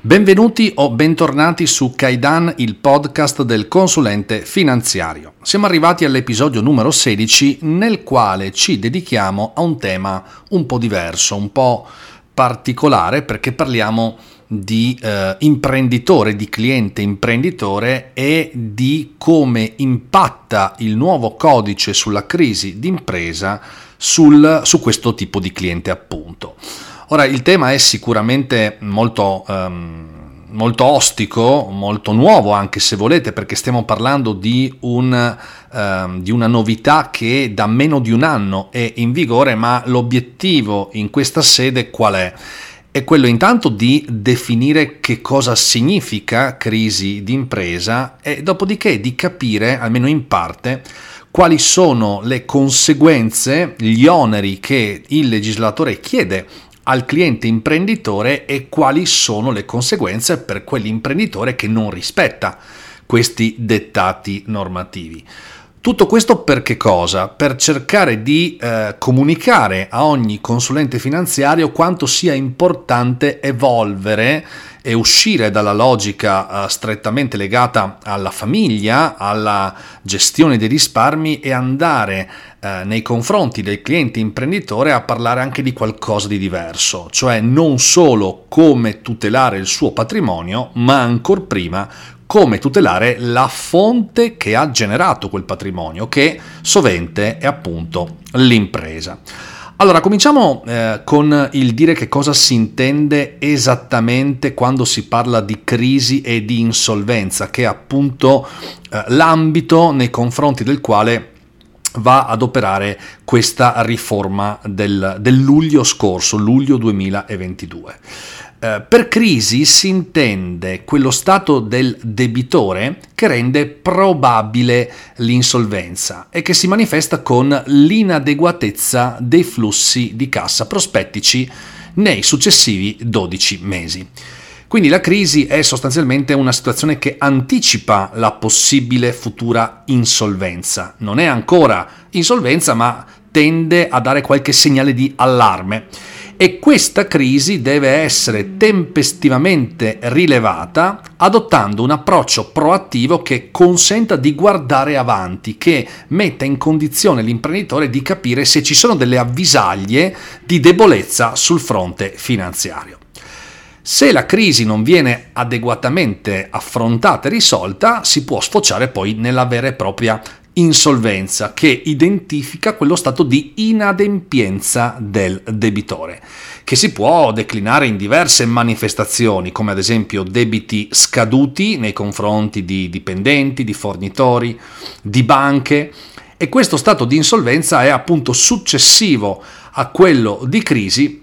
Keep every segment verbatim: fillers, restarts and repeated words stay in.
Benvenuti o bentornati su Kaidan, il podcast del consulente finanziario. Siamo arrivati all'episodio numero sedici, nel quale ci dedichiamo a un tema un po' diverso, un po' particolare, perché parliamo di eh, imprenditore, di cliente imprenditore e di come impatta il nuovo codice sulla crisi d'impresa sul, su questo tipo di cliente, appunto. Ora, il tema è sicuramente molto, um, molto ostico, molto nuovo anche se volete, perché stiamo parlando di, un, um, di una novità che da meno di un anno è in vigore, ma l'obiettivo in questa sede qual è? È quello intanto di definire che cosa significa crisi d'impresa e dopodiché di capire, almeno in parte, quali sono le conseguenze, gli oneri che il legislatore chiede al cliente imprenditore e quali sono le conseguenze per quell'imprenditore che non rispetta questi dettati normativi. Tutto questo per che cosa? Per cercare di eh, comunicare a ogni consulente finanziario quanto sia importante evolvere e uscire dalla logica eh, strettamente legata alla famiglia, alla gestione dei risparmi e andare eh, nei confronti del cliente imprenditore a parlare anche di qualcosa di diverso, cioè non solo come tutelare il suo patrimonio, ma ancor prima come tutelare la fonte che ha generato quel patrimonio, che sovente è appunto l'impresa. Allora, cominciamo eh, con il dire che cosa si intende esattamente quando si parla di crisi e di insolvenza, che è appunto eh, l'ambito nei confronti del quale va ad operare questa riforma del, del luglio scorso, luglio duemilaventidue. Eh, per crisi si intende quello stato del debitore che rende probabile l'insolvenza e che si manifesta con l'inadeguatezza dei flussi di cassa prospettici nei successivi dodici mesi. Quindi la crisi è sostanzialmente una situazione che anticipa la possibile futura insolvenza. Non è ancora insolvenza, ma tende a dare qualche segnale di allarme. E questa crisi deve essere tempestivamente rilevata adottando un approccio proattivo che consenta di guardare avanti, che metta in condizione l'imprenditore di capire se ci sono delle avvisaglie di debolezza sul fronte finanziario. Se la crisi non viene adeguatamente affrontata e risolta, si può sfociare poi nella vera e propria insolvenza, che identifica quello stato di inadempienza del debitore, che si può declinare in diverse manifestazioni, come ad esempio debiti scaduti nei confronti di dipendenti, di fornitori, di banche, e questo stato di insolvenza è appunto successivo a quello di crisi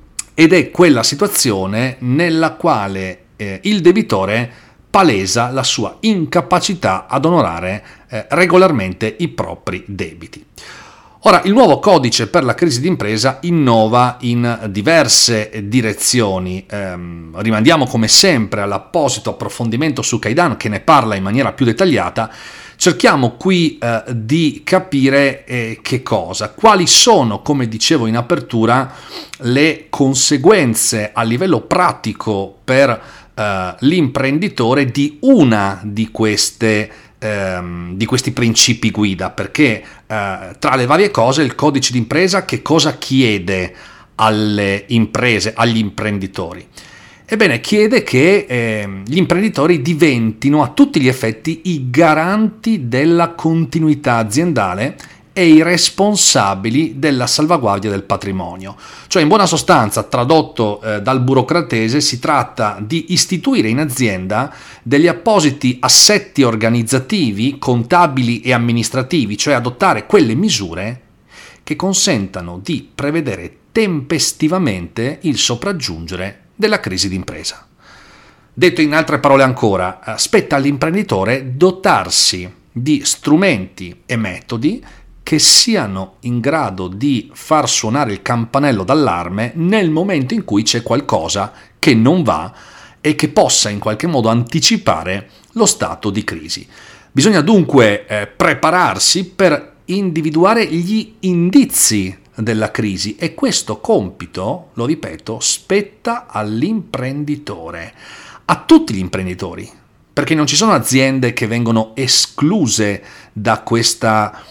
ed è quella situazione nella quale eh, il debitore palesa la sua incapacità ad onorare eh, regolarmente i propri debiti. Ora, il nuovo codice per la crisi d'impresa innova in diverse direzioni. Ehm, rimandiamo come sempre all'apposito approfondimento su Kaidan che ne parla in maniera più dettagliata. Cerchiamo qui eh, di capire eh, che cosa, quali sono, come dicevo in apertura, le conseguenze a livello pratico per Uh, l'imprenditore di una di queste um, di questi principi guida, perché uh, tra le varie cose il codice d'impresa che cosa chiede alle imprese, agli imprenditori? Ebbene, chiede che eh, gli imprenditori diventino a tutti gli effetti i garanti della continuità aziendale e i responsabili della salvaguardia del patrimonio. Cioè, in buona sostanza, tradotto eh, dal burocratese, si tratta di istituire in azienda degli appositi assetti organizzativi, contabili e amministrativi, cioè adottare quelle misure che consentano di prevedere tempestivamente il sopraggiungere della crisi d'impresa. Detto in altre parole ancora, spetta all'imprenditore dotarsi di strumenti e metodi che siano in grado di far suonare il campanello d'allarme nel momento in cui c'è qualcosa che non va e che possa in qualche modo anticipare lo stato di crisi. Bisogna dunque eh, prepararsi per individuare gli indizi della crisi e questo compito, lo ripeto, spetta all'imprenditore. a tutti gli imprenditori, perché non ci sono aziende che vengono escluse da questa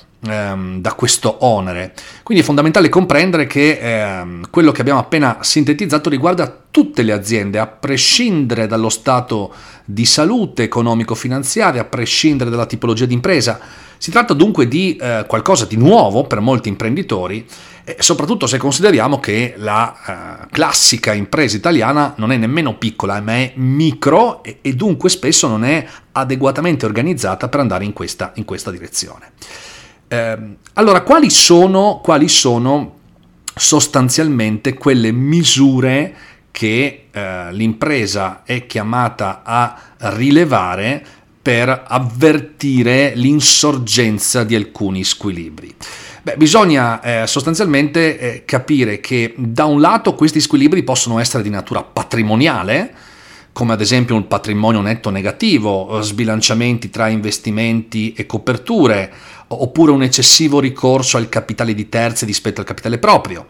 da questo onere. Quindi è fondamentale comprendere che ehm, quello che abbiamo appena sintetizzato riguarda tutte le aziende, a prescindere dallo stato di salute economico-finanziaria, a prescindere dalla tipologia di impresa. Si tratta dunque di eh, qualcosa di nuovo per molti imprenditori, e soprattutto se consideriamo che la eh, classica impresa italiana non è nemmeno piccola, ma è micro e, e dunque spesso non è adeguatamente organizzata per andare in questa, in questa direzione. Eh, allora, quali sono, quali sono sostanzialmente quelle misure che eh, l'impresa è chiamata a rilevare per avvertire l'insorgenza di alcuni squilibri? Beh, bisogna eh, sostanzialmente eh, capire che da un lato questi squilibri possono essere di natura patrimoniale, come ad esempio un patrimonio netto negativo, sbilanciamenti tra investimenti e coperture, oppure un eccessivo ricorso al capitale di terzi rispetto al capitale proprio.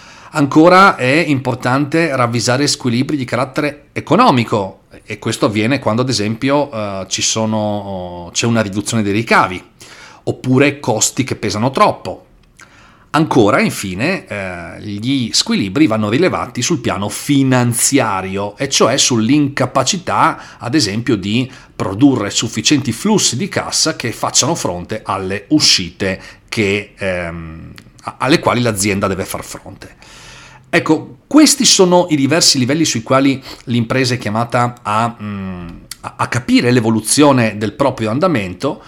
Ancora è importante ravvisare squilibri di carattere economico, e questo avviene quando ad esempio eh, ci sono, c'è una riduzione dei ricavi, oppure costi che pesano troppo. Ancora, infine, eh, gli squilibri vanno rilevati sul piano finanziario, e cioè sull'incapacità, ad esempio, di produrre sufficienti flussi di cassa che facciano fronte alle uscite che, ehm, alle quali l'azienda deve far fronte. Ecco, questi sono i diversi livelli sui quali l'impresa è chiamata a, mm, a capire l'evoluzione del proprio andamento.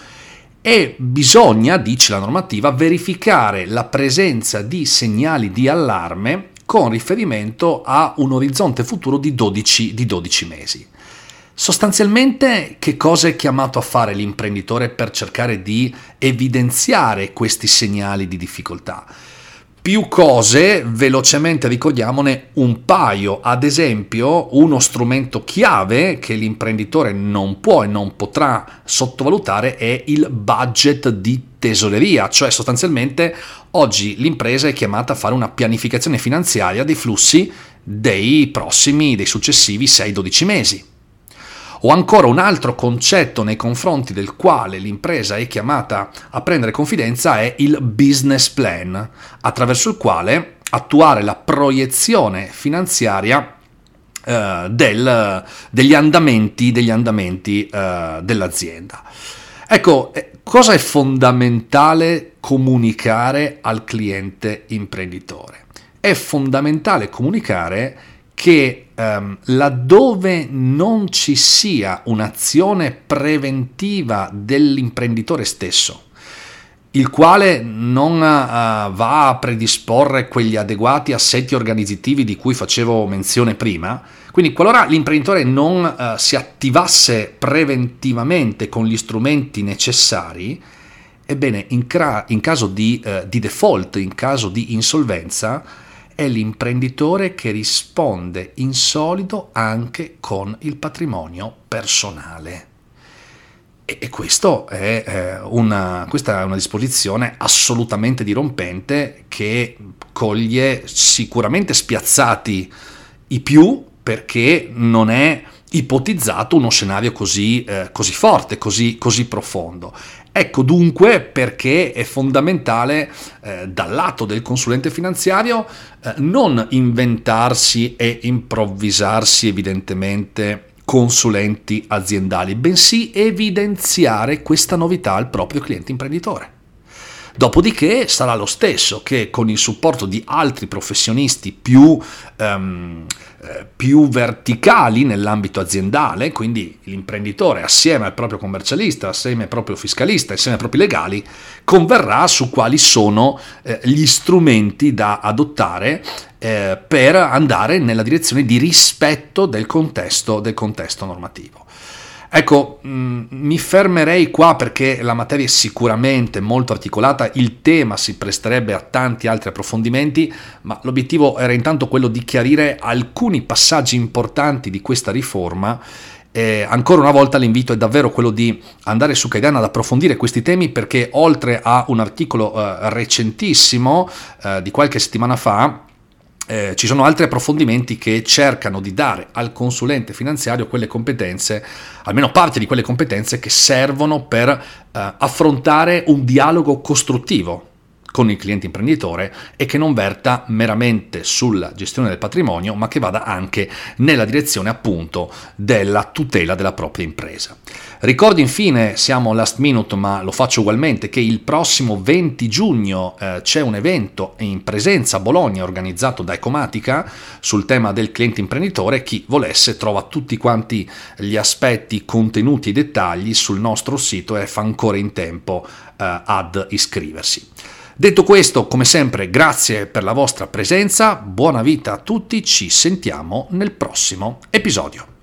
E bisogna, dice la normativa, verificare la presenza di segnali di allarme con riferimento a un orizzonte futuro di dodici, di dodici mesi. Sostanzialmente, che cosa è chiamato a fare l'imprenditore per cercare di evidenziare questi segnali di difficoltà? Più cose, velocemente ricordiamone un paio. Ad esempio, uno strumento chiave che l'imprenditore non può e non potrà sottovalutare è il budget di tesoreria, cioè sostanzialmente oggi l'impresa è chiamata a fare una pianificazione finanziaria dei flussi dei prossimi, dei successivi sei dodici mesi. O ancora un altro concetto nei confronti del quale l'impresa è chiamata a prendere confidenza è il business plan, attraverso il quale attuare la proiezione finanziaria eh, del, degli andamenti, degli andamenti eh, dell'azienda. Ecco, cosa è fondamentale comunicare al cliente imprenditore? È fondamentale comunicare che ehm, laddove non ci sia un'azione preventiva dell'imprenditore stesso, il quale non uh, va a predisporre quegli adeguati assetti organizzativi di cui facevo menzione prima, quindi qualora l'imprenditore non uh, si attivasse preventivamente con gli strumenti necessari, ebbene in, cra- in caso di, uh, di default, in caso di insolvenza, è l'imprenditore che risponde in solido anche con il patrimonio personale. E, e questo è, eh, una, questa è una disposizione assolutamente dirompente che coglie sicuramente spiazzati i più, perché non è ipotizzato uno scenario così, eh, così forte, così, così profondo. Ecco dunque perché è fondamentale eh, dal lato del consulente finanziario eh, non inventarsi e improvvisarsi evidentemente consulenti aziendali, bensì evidenziare questa novità al proprio cliente imprenditore. Dopodiché sarà lo stesso che con il supporto di altri professionisti più, um, eh, più verticali nell'ambito aziendale, quindi l'imprenditore assieme al proprio commercialista, assieme al proprio fiscalista, assieme ai propri legali, converrà su quali sono eh, gli strumenti da adottare eh, per andare nella direzione di rispetto del contesto, del contesto normativo. Ecco, mh, mi fermerei qua perché la materia è sicuramente molto articolata, il tema si presterebbe a tanti altri approfondimenti, ma l'obiettivo era intanto quello di chiarire alcuni passaggi importanti di questa riforma. Eh, ancora una volta l'invito è davvero quello di andare su Kaidan ad approfondire questi temi, perché oltre a un articolo eh, recentissimo eh, di qualche settimana fa, Eh, ci sono altri approfondimenti che cercano di dare al consulente finanziario quelle competenze, almeno parte di quelle competenze che servono per eh, affrontare un dialogo costruttivo con il cliente imprenditore e che non verta meramente sulla gestione del patrimonio, ma che vada anche nella direzione appunto della tutela della propria impresa. Ricordo infine, siamo last minute ma lo faccio ugualmente, che il prossimo venti giugno eh, c'è un evento in presenza a Bologna organizzato da Ecomatica sul tema del cliente imprenditore. Chi volesse trova tutti quanti gli aspetti, contenuti e dettagli sul nostro sito e fa ancora in tempo eh, ad iscriversi. Detto questo, come sempre, grazie per la vostra presenza, buona vita a tutti, ci sentiamo nel prossimo episodio.